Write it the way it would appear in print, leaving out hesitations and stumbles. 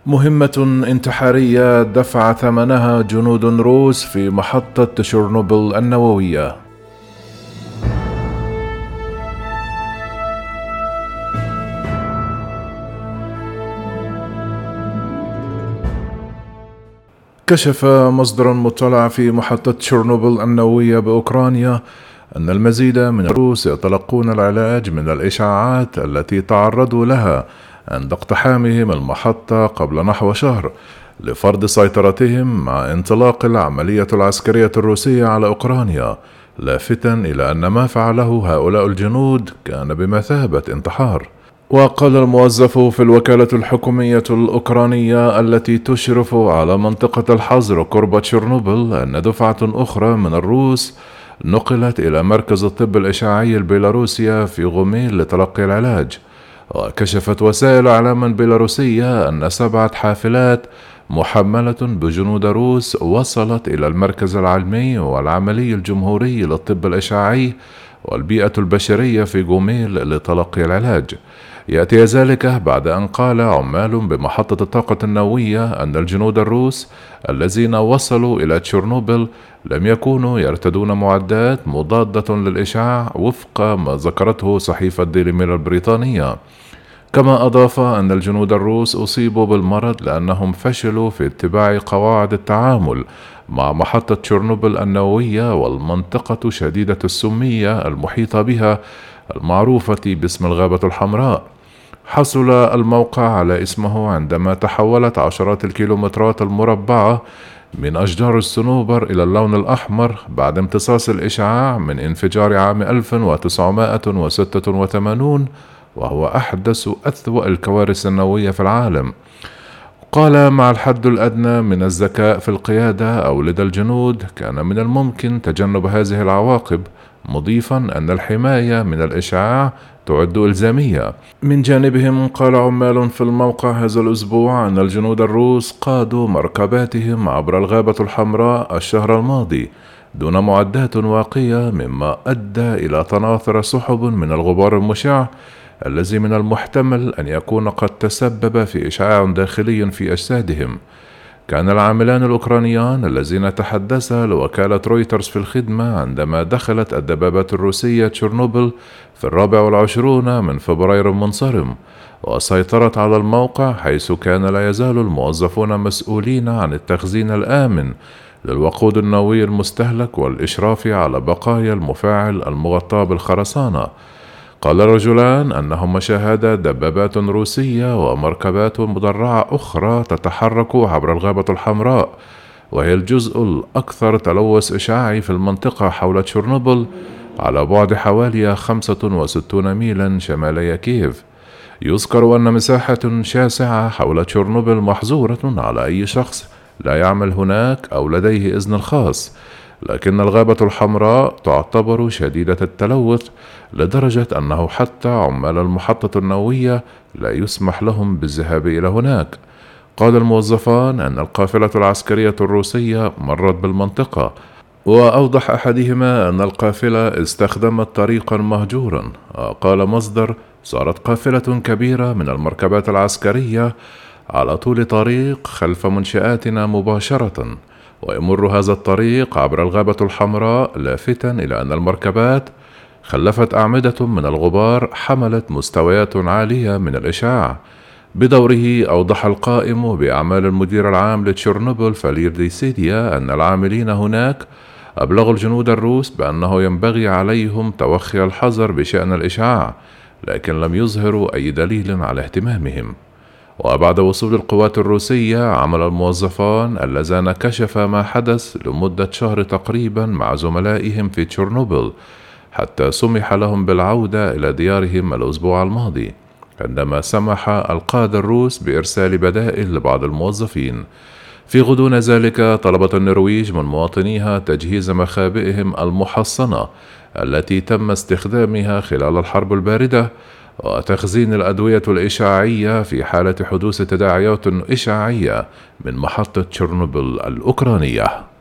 مهمة انتحارية دفع ثمنها جنود روس في محطة تشيرنوبل النووية. كشف مصدر مطلع في محطة تشيرنوبل النووية بأوكرانيا أن المزيد من الروس يتلقون العلاج من الإشعاعات التي تعرضوا لها عند اقتحامهم المحطة قبل نحو شهر لفرض سيطرتهم مع انطلاق العملية العسكرية الروسية على أوكرانيا، لافتا إلى أن ما فعله هؤلاء الجنود كان بمثابة انتحار. وقال الموظف في الوكالة الحكومية الأوكرانية التي تشرف على منطقة الحظر قرب تشيرنوبل أن دفعة أخرى من الروس نقلت إلى مركز الطب الإشعاعي البيلاروسي في غوميل لتلقي العلاج. وكشفت وسائل إعلام بيلاروسية أن 7 حافلات محملة بجنود روس وصلت إلى المركز العلمي والعملي الجمهوري للطب الإشعاعي والبيئة البشرية في غوميل لتلقي العلاج. يأتي ذلك بعد أن قال عمال بمحطة الطاقة النووية أن الجنود الروس الذين وصلوا إلى تشيرنوبل لم يكونوا يرتدون معدات مضادة للإشعاع وفق ما ذكرته صحيفة ديلي ميرر البريطانية. كما أضاف أن الجنود الروس أصيبوا بالمرض لأنهم فشلوا في اتباع قواعد التعامل مع محطة تشيرنوبل النووية والمنطقة شديدة السمية المحيطة بها المعروفة باسم الغابة الحمراء. حصل الموقع على اسمه عندما تحولت عشرات الكيلومترات المربعة من أشجار الصنوبر إلى اللون الأحمر بعد امتصاص الإشعاع من انفجار عام 1986، وهو أحدث أسوأ الكوارث النووية في العالم. قال مع الحد الأدنى من الذكاء في القيادة أو لدى الجنود كان من الممكن تجنب هذه العواقب، مضيفا أن الحماية من الإشعاع تعد إلزامية. من جانبهم قال عمال في الموقع هذا الأسبوع أن الجنود الروس قادوا مركباتهم عبر الغابة الحمراء الشهر الماضي دون معدات واقية، مما أدى إلى تناثر سحب من الغبار المشع الذي من المحتمل أن يكون قد تسبب في إشعاع داخلي في أجسادهم. كان العاملان الأوكرانيان الذين تحدثا لوكالة رويترز في الخدمة عندما دخلت الدبابات الروسية تشيرنوبل في 24 من فبراير المنصرم وسيطرت على الموقع، حيث كان لا يزال الموظفون مسؤولين عن التخزين الآمن للوقود النووي المستهلك والإشراف على بقايا المفاعل المغطاة بالخرسانة. قال الرجلان أنهما شاهدا دبابات روسية ومركبات مدرعة أخرى تتحرك عبر الغابة الحمراء، وهي الجزء الأكثر تلوث إشعاعي في المنطقة حول تشيرنوبل على بعد حوالي 65 ميلا شمالي كييف. يذكر أن مساحة شاسعة حول تشيرنوبل محظورة على أي شخص لا يعمل هناك أو لديه إذن خاص، لكن الغابة الحمراء تعتبر شديدة التلوث لدرجة أنه حتى عمال المحطة النووية لا يسمح لهم بالذهاب إلى هناك. قال الموظفان أن القافلة العسكرية الروسية مرت بالمنطقة، وأوضح أحدهما أن القافلة استخدمت طريقا مهجورا. قال مصدر: صارت قافلة كبيرة من المركبات العسكرية على طول طريق خلف منشآتنا مباشرة، ويمر هذا الطريق عبر الغابة الحمراء، لافتا إلى أن المركبات خلفت أعمدة من الغبار حملت مستويات عالية من الإشعاع. بدوره أوضح القائم بأعمال المدير العام لتشيرنوبل فالير ديسيديا أن العاملين هناك أبلغوا الجنود الروس بأنه ينبغي عليهم توخي الحذر بشأن الإشعاع، لكن لم يظهروا أي دليل على اهتمامهم. وبعد وصول القوات الروسية عمل الموظفان اللذان كشفا ما حدث لمدة شهر تقريبا مع زملائهم في تشيرنوبل، حتى سمح لهم بالعودة إلى ديارهم الأسبوع الماضي، عندما سمح القادة الروس بإرسال بدائل لبعض الموظفين. في غضون ذلك طلبت النرويج من مواطنيها تجهيز مخابئهم المحصنة التي تم استخدامها خلال الحرب الباردة، وتخزين الأدوية الإشعاعية في حالة حدوث تداعيات إشعاعية من محطة تشيرنوبل الأوكرانية.